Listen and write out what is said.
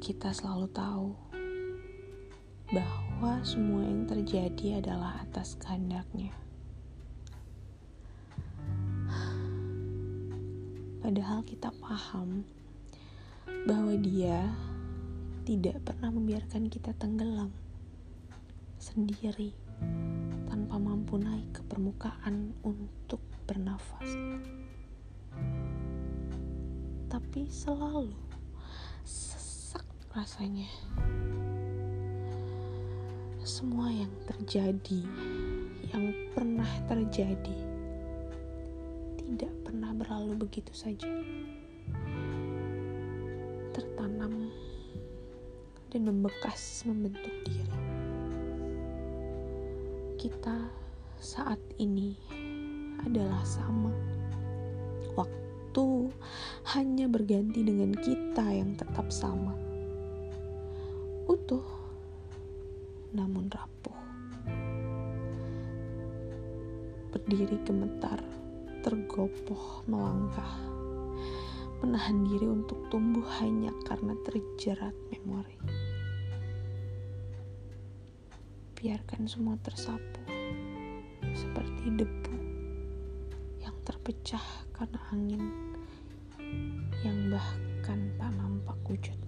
kita selalu tahu bahwa semua yang terjadi adalah atas kehendaknya. Padahal kita paham bahwa Dia tidak pernah membiarkan kita tenggelam sendiri tanpa mampu naik ke permukaan untuk bernafas. Tapi selalu sesak rasanya. Semua yang terjadi, yang pernah terjadi, tidak pernah berlalu begitu saja. Tertanam dan membekas membentuk diri. Kita saat ini adalah sama. Waktu hanya berganti dengan kita yang tetap sama. Utuh, namun rapuh. Berdiri gemetar, tergopoh melangkah. Menahan diri untuk tumbuh hanya karena terjerat memori. Biarkan semua tersapu seperti debu yang terpecah karena angin yang bahkan tak nampak wujud.